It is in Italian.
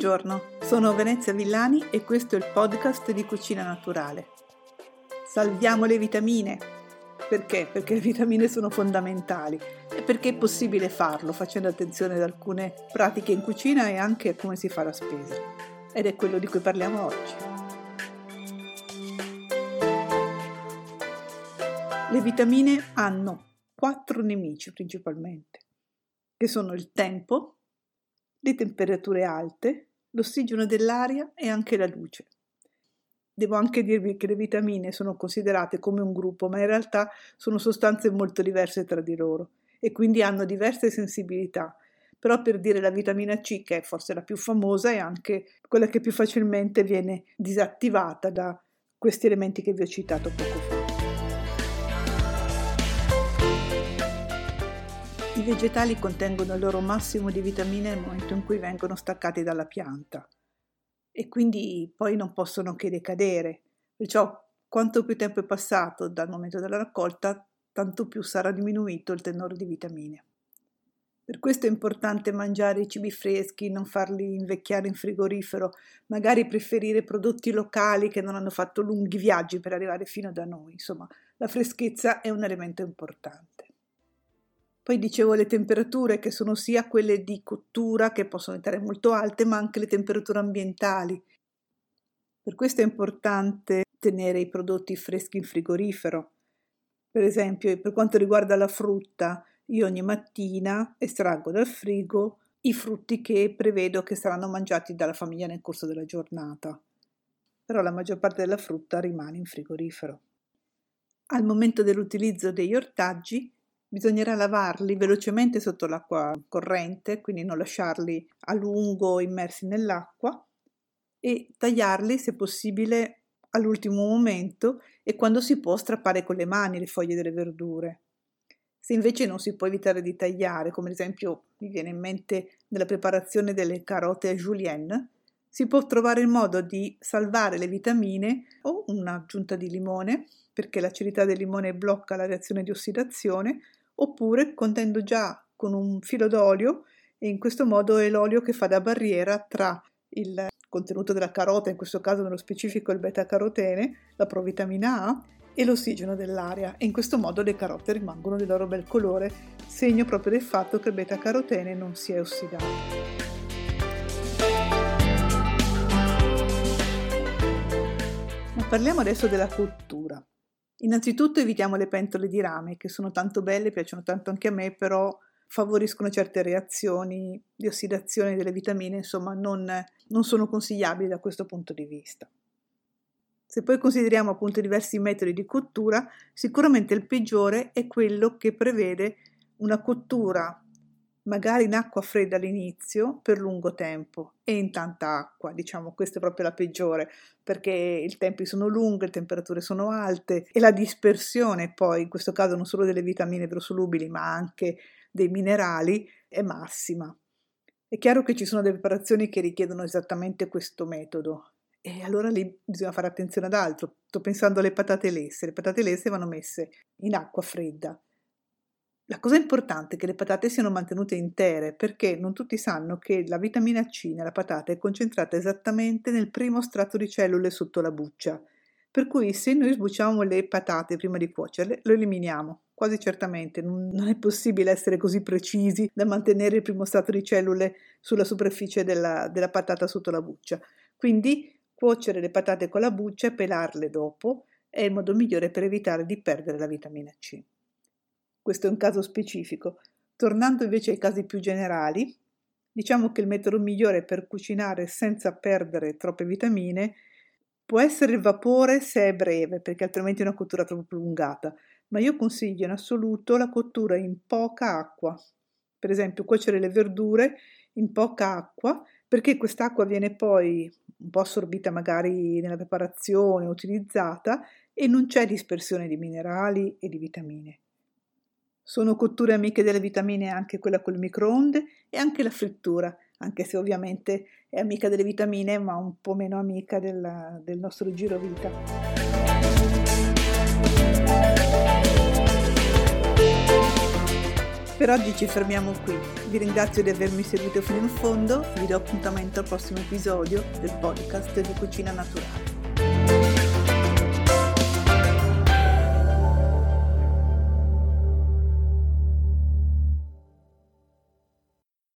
Buongiorno, sono Venezia Villani e questo è il podcast di Cucina Naturale. Salviamo le vitamine. Perché? Perché le vitamine sono fondamentali e perché è possibile farlo facendo attenzione ad alcune pratiche in cucina e anche a come si fa la spesa. Ed è quello di cui parliamo oggi. Le vitamine hanno 4 nemici principalmente, che sono il tempo, le temperature alte, l'ossigeno dell'aria e anche la luce. Devo anche dirvi che le vitamine sono considerate come un gruppo, ma in realtà sono sostanze molto diverse tra di loro e quindi hanno diverse sensibilità. Però per dire la vitamina C, che è forse la più famosa, è anche quella che più facilmente viene disattivata da questi elementi che vi ho citato poco fa. I vegetali contengono il loro massimo di vitamine nel momento in cui vengono staccati dalla pianta e quindi poi non possono che decadere. Perciò quanto più tempo è passato dal momento della raccolta, tanto più sarà diminuito il tenore di vitamine. Per questo è importante mangiare i cibi freschi, non farli invecchiare in frigorifero, magari preferire prodotti locali che non hanno fatto lunghi viaggi per arrivare fino da noi. Insomma, la freschezza è un elemento importante. Poi dicevo le temperature che sono sia quelle di cottura che possono diventare molto alte, ma anche le temperature ambientali. Per questo è importante tenere i prodotti freschi in frigorifero. Per esempio, per quanto riguarda la frutta, io ogni mattina estraggo dal frigo i frutti che prevedo che saranno mangiati dalla famiglia nel corso della giornata. Però la maggior parte della frutta rimane in frigorifero. Al momento dell'utilizzo degli ortaggi, bisognerà lavarli velocemente sotto l'acqua corrente, quindi non lasciarli a lungo immersi nell'acqua e tagliarli se possibile all'ultimo momento e quando si può strappare con le mani le foglie delle verdure. Se invece non si può evitare di tagliare, come ad esempio mi viene in mente nella preparazione delle carote a julienne, si può trovare il modo di salvare le vitamine o un'aggiunta di limone, perché l'acidità del limone blocca la reazione di ossidazione, oppure contendo già con un filo d'olio, e in questo modo è l'olio che fa da barriera tra il contenuto della carota, in questo caso nello specifico il beta-carotene, la provitamina A, e l'ossigeno dell'aria, e in questo modo le carote rimangono del loro bel colore, segno proprio del fatto che il beta-carotene non si è ossidato. Ma parliamo adesso della cottura. Innanzitutto evitiamo le pentole di rame, che sono tanto belle, piacciono tanto anche a me, però favoriscono certe reazioni di ossidazione delle vitamine, insomma non sono consigliabili da questo punto di vista. Se poi consideriamo appunto diversi metodi di cottura, sicuramente il peggiore è quello che prevede una cottura magari in acqua fredda all'inizio per lungo tempo e in tanta acqua, diciamo questa è proprio la peggiore perché i tempi sono lunghi, le temperature sono alte e la dispersione poi in questo caso non solo delle vitamine idrosolubili ma anche dei minerali è massima. È chiaro che ci sono delle preparazioni che richiedono esattamente questo metodo e allora lì bisogna fare attenzione ad altro. Sto pensando alle patate lesse vanno messe in acqua fredda. La cosa importante è che le patate siano mantenute intere perché non tutti sanno che la vitamina C nella patata è concentrata esattamente nel primo strato di cellule sotto la buccia, per cui se noi sbucciamo le patate prima di cuocerle lo eliminiamo, quasi certamente, non è possibile essere così precisi da mantenere il primo strato di cellule sulla superficie della patata sotto la buccia, quindi cuocere le patate con la buccia e pelarle dopo è il modo migliore per evitare di perdere la vitamina C. Questo è un caso specifico. Tornando invece ai casi più generali, diciamo che il metodo migliore per cucinare senza perdere troppe vitamine può essere il vapore se è breve, perché altrimenti è una cottura troppo prolungata, ma io consiglio in assoluto la cottura in poca acqua. Per esempio, cuocere le verdure in poca acqua, perché quest'acqua viene poi un po' assorbita magari nella preparazione, utilizzata, e non c'è dispersione di minerali e di vitamine. Sono cotture amiche delle vitamine anche quella col microonde e anche la frittura, anche se ovviamente è amica delle vitamine ma un po' meno amica del nostro girovita. Per oggi ci fermiamo qui. Vi ringrazio di avermi seguito fino in fondo e vi do appuntamento al prossimo episodio del podcast di Cucina Naturale.